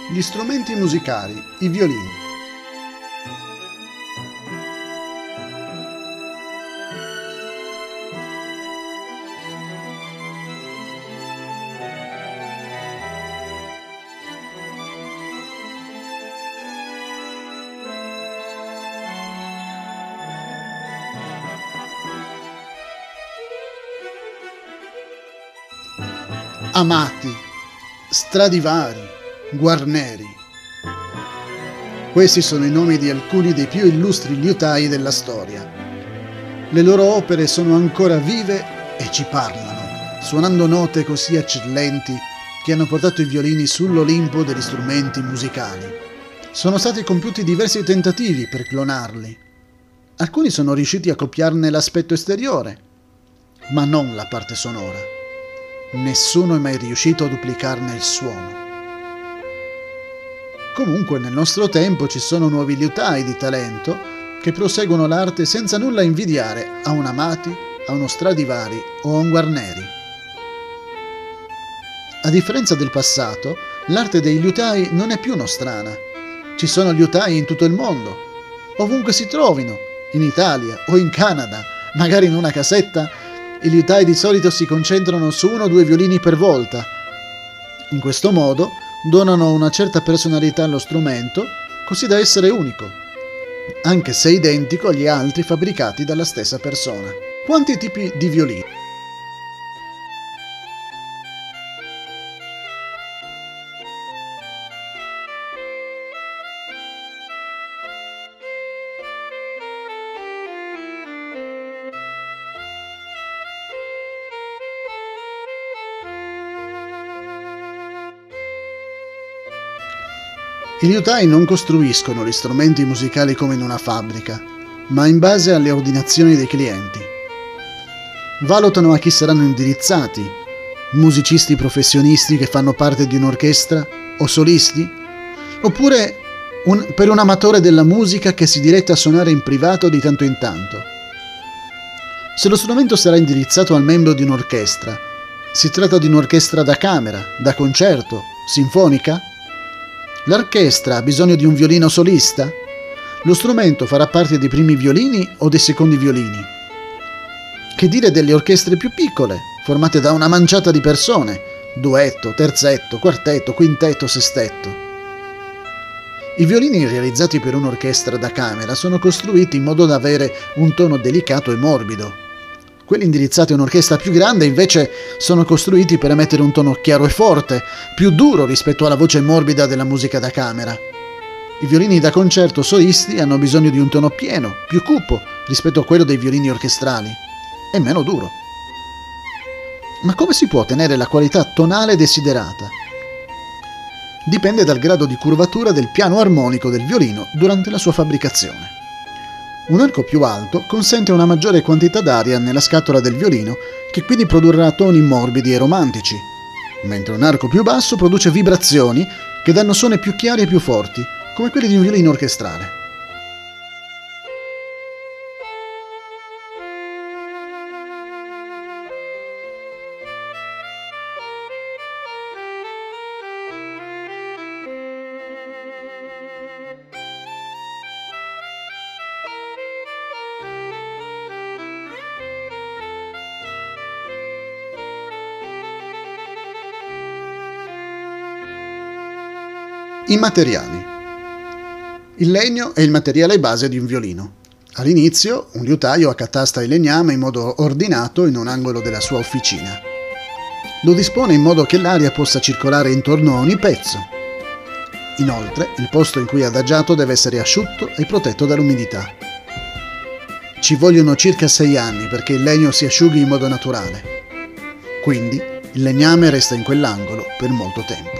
Gli strumenti musicali, i violini. Amati, Stradivari, Guarneri. Questi sono i nomi di alcuni dei più illustri liutai della storia. Le loro opere sono ancora vive e ci parlano, suonando note così eccellenti che hanno portato i violini sull'Olimpo degli strumenti musicali. Sono stati compiuti diversi tentativi per clonarli. Alcuni sono riusciti a copiarne l'aspetto esteriore, ma non la parte sonora. Nessuno è mai riuscito a duplicarne il suono. Comunque nel nostro tempo ci sono nuovi liutai di talento che proseguono l'arte senza nulla invidiare a un Amati, a uno Stradivari o a un Guarneri. A differenza del passato, l'arte dei liutai non è più nostrana. Ci sono liutai in tutto il mondo, ovunque si trovino, in Italia o in Canada, magari in una casetta. I liutai di solito si concentrano su 1 o 2 violini per volta. In questo modo donano una certa personalità allo strumento, così da essere unico, anche se identico agli altri fabbricati dalla stessa persona. Quanti tipi di violini? I liutai non costruiscono gli strumenti musicali come in una fabbrica, ma in base alle ordinazioni dei clienti. Valutano a chi saranno indirizzati, musicisti professionisti che fanno parte di un'orchestra o solisti, oppure per un amatore della musica che si diretta a suonare in privato di tanto in tanto. Se lo strumento sarà indirizzato al membro di un'orchestra, si tratta di un'orchestra da camera, da concerto, sinfonica? L'orchestra ha bisogno di un violino solista? Lo strumento farà parte dei primi violini o dei secondi violini? Che dire delle orchestre più piccole, formate da una manciata di persone, duetto, terzetto, quartetto, quintetto, sestetto? I violini realizzati per un'orchestra da camera sono costruiti in modo da avere un tono delicato e morbido. Quelli indirizzati a un'orchestra più grande invece sono costruiti per emettere un tono chiaro e forte, più duro rispetto alla voce morbida della musica da camera. I violini da concerto solisti hanno bisogno di un tono pieno, più cupo rispetto a quello dei violini orchestrali, e meno duro. Ma come si può ottenere la qualità tonale desiderata? Dipende dal grado di curvatura del piano armonico del violino durante la sua fabbricazione. Un arco più alto consente una maggiore quantità d'aria nella scatola del violino, che quindi produrrà toni morbidi e romantici, mentre un arco più basso produce vibrazioni che danno suoni più chiari e più forti, come quelli di un violino orchestrale. I materiali. Il legno è il materiale base di un violino. All'inizio, un liutaio accatasta il legname in modo ordinato in un angolo della sua officina. Lo dispone in modo che l'aria possa circolare intorno a ogni pezzo. Inoltre, il posto in cui è adagiato deve essere asciutto e protetto dall'umidità. Ci vogliono circa 6 anni perché il legno si asciughi in modo naturale. Quindi, il legname resta in quell'angolo per molto tempo.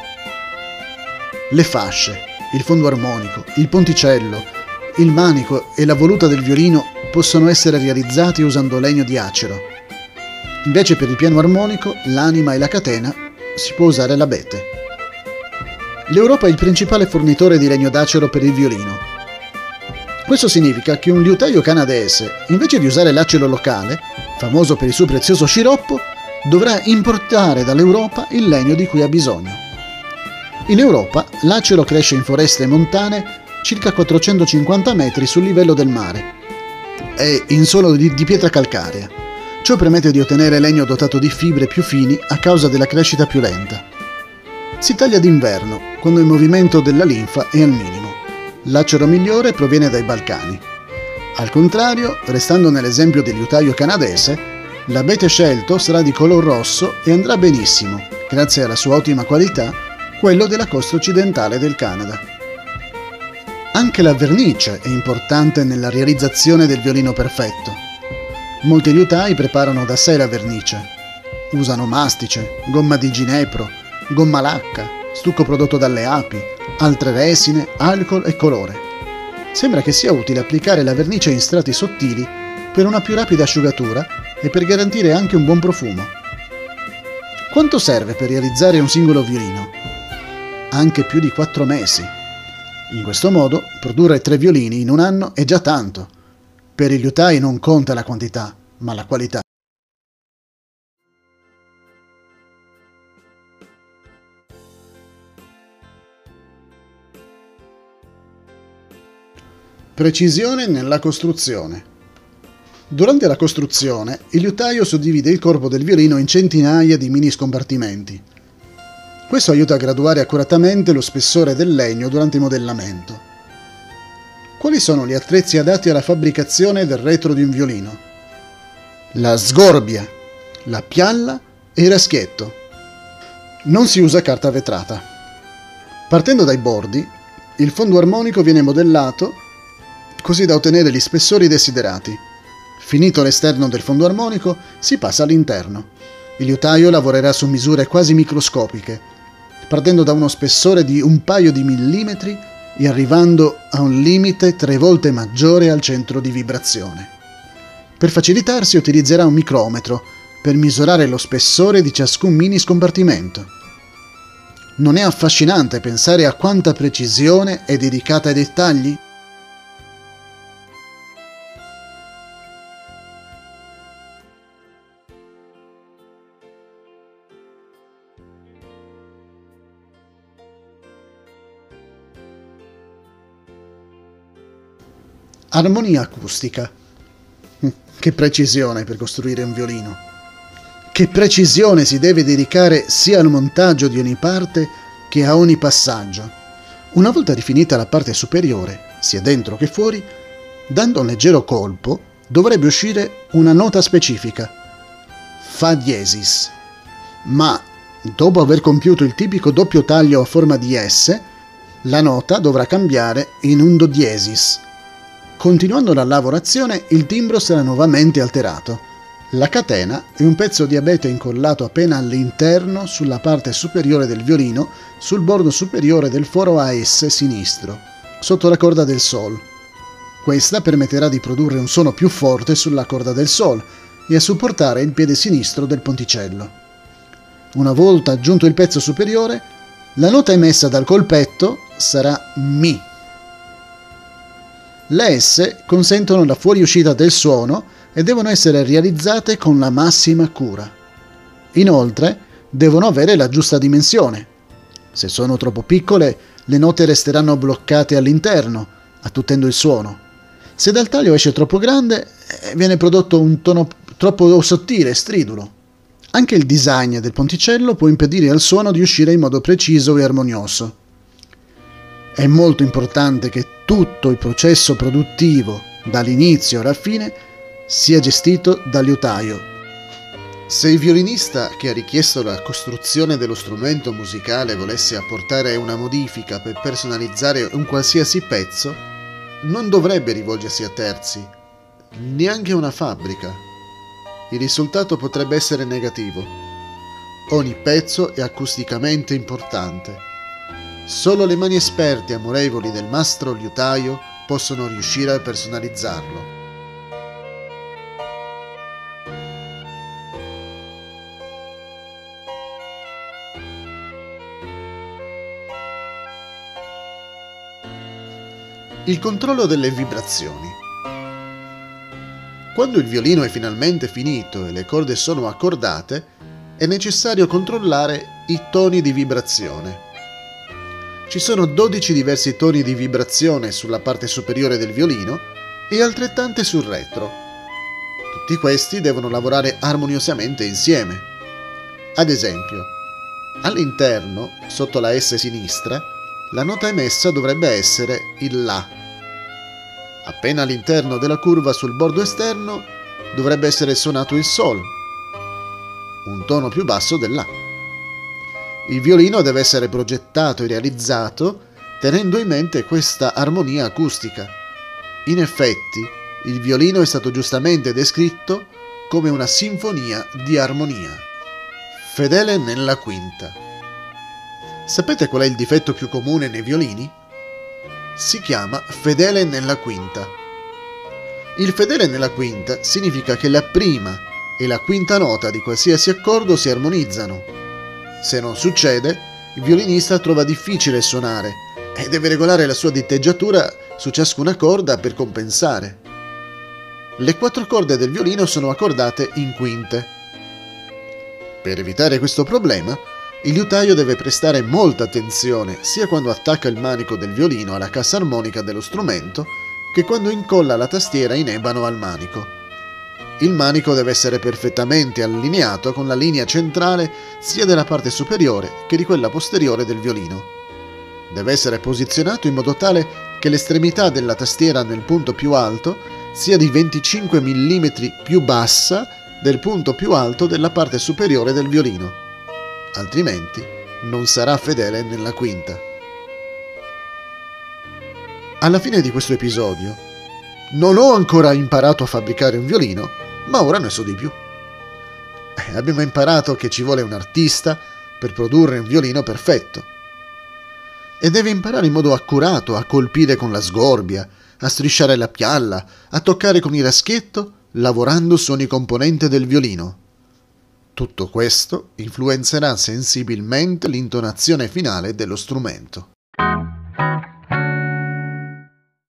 Le fasce, il fondo armonico, il ponticello, il manico e la voluta del violino possono essere realizzati usando legno di acero. Invece per il piano armonico, l'anima e la catena si può usare l'abete. L'Europa è il principale fornitore di legno d'acero per il violino. Questo significa che un liutaio canadese, invece di usare l'acero locale, famoso per il suo prezioso sciroppo, dovrà importare dall'Europa il legno di cui ha bisogno. In Europa l'acero cresce in foreste montane circa 450 metri sul livello del mare e in suolo di pietra calcarea. Ciò permette di ottenere legno dotato di fibre più fini a causa della crescita più lenta. Si taglia d'inverno, quando il movimento della linfa è al minimo. L'acero migliore proviene dai Balcani. Al contrario, restando nell'esempio del liutaio canadese, l'abete scelto sarà di color rosso e andrà benissimo, grazie alla sua ottima qualità, quello della costa occidentale del Canada. Anche la vernice è importante nella realizzazione del violino perfetto. Molti liutai preparano da sé la vernice. Usano mastice, gomma di ginepro, gomma lacca, stucco prodotto dalle api, altre resine, alcol e colore. Sembra che sia utile applicare la vernice in strati sottili per una più rapida asciugatura e per garantire anche un buon profumo. Quanto serve per realizzare un singolo violino? Anche più di 4 mesi. In questo modo, produrre 3 violini in un anno è già tanto. Per i liutai non conta la quantità, ma la qualità. Precisione nella costruzione. Durante la costruzione, il liutaio suddivide il corpo del violino in centinaia di mini scompartimenti. Questo aiuta a graduare accuratamente lo spessore del legno durante il modellamento. Quali sono gli attrezzi adatti alla fabbricazione del retro di un violino? La sgorbia, la pialla e il raschietto. Non si usa carta vetrata. Partendo dai bordi, il fondo armonico viene modellato così da ottenere gli spessori desiderati. Finito l'esterno del fondo armonico, si passa all'interno. Il liutaio lavorerà su misure quasi microscopiche, partendo da uno spessore di un paio di millimetri e arrivando a un limite 3 volte maggiore al centro di vibrazione. Per facilitarsi utilizzerà un micrometro per misurare lo spessore di ciascun mini scompartimento. Non è affascinante pensare a quanta precisione è dedicata ai dettagli? Armonia acustica. Che precisione per costruire un violino. Che precisione si deve dedicare sia al montaggio di ogni parte che a ogni passaggio. Una volta rifinita la parte superiore, sia dentro che fuori, dando un leggero colpo, dovrebbe uscire una nota specifica. Fa diesis. Ma, dopo aver compiuto il tipico doppio taglio a forma di S, la nota dovrà cambiare in un do diesis. Continuando la lavorazione, il timbro sarà nuovamente alterato. La catena è un pezzo di abete incollato appena all'interno sulla parte superiore del violino, sul bordo superiore del foro AS sinistro, sotto la corda del Sol. Questa permetterà di produrre un suono più forte sulla corda del Sol e a supportare il piede sinistro del ponticello. Una volta aggiunto il pezzo superiore, la nota emessa dal colpetto sarà Mi. Le S consentono la fuoriuscita del suono e devono essere realizzate con la massima cura. Inoltre, devono avere la giusta dimensione. Se sono troppo piccole, le note resteranno bloccate all'interno, attutendo il suono. Se dal taglio esce troppo grande, viene prodotto un tono troppo sottile e stridulo. Anche il design del ponticello può impedire al suono di uscire in modo preciso e armonioso. È molto importante che tutto il processo produttivo, dall'inizio alla fine, sia gestito dal liutaio. Se il violinista che ha richiesto la costruzione dello strumento musicale volesse apportare una modifica per personalizzare un qualsiasi pezzo, non dovrebbe rivolgersi a terzi, neanche a una fabbrica. Il risultato potrebbe essere negativo. Ogni pezzo è acusticamente importante. Solo le mani esperte e amorevoli del mastro liutaio possono riuscire a personalizzarlo. Il controllo delle vibrazioni. Quando il violino è finalmente finito e le corde sono accordate, è necessario controllare i toni di vibrazione. Ci sono 12 diversi toni di vibrazione sulla parte superiore del violino e altrettante sul retro. Tutti questi devono lavorare armoniosamente insieme. Ad esempio, all'interno, sotto la S sinistra, la nota emessa dovrebbe essere il La. Appena all'interno della curva sul bordo esterno dovrebbe essere suonato il Sol, un tono più basso del La. Il violino deve essere progettato e realizzato tenendo in mente questa armonia acustica. In effetti, il violino è stato giustamente descritto come una sinfonia di armonia. Fedele nella quinta. Sapete qual è il difetto più comune nei violini? Si chiama fedele nella quinta. Il fedele nella quinta significa che la prima e la quinta nota di qualsiasi accordo si armonizzano. Se non succede, il violinista trova difficile suonare e deve regolare la sua diteggiatura su ciascuna corda per compensare. Le 4 corde del violino sono accordate in quinte. Per evitare questo problema, il liutaio deve prestare molta attenzione sia quando attacca il manico del violino alla cassa armonica dello strumento che quando incolla la tastiera in ebano al manico. Il manico deve essere perfettamente allineato con la linea centrale sia della parte superiore che di quella posteriore del violino. Deve essere posizionato in modo tale che l'estremità della tastiera nel punto più alto sia di 25 mm più bassa del punto più alto della parte superiore del violino, altrimenti non sarà fedele nella quinta. Alla fine di questo episodio, non ho ancora imparato a fabbricare un violino, ma ora ne so di più. Abbiamo imparato che ci vuole un artista per produrre un violino perfetto. E deve imparare in modo accurato a colpire con la sgorbia, a strisciare la pialla, a toccare con il raschietto, lavorando su ogni componente del violino. Tutto questo influenzerà sensibilmente l'intonazione finale dello strumento.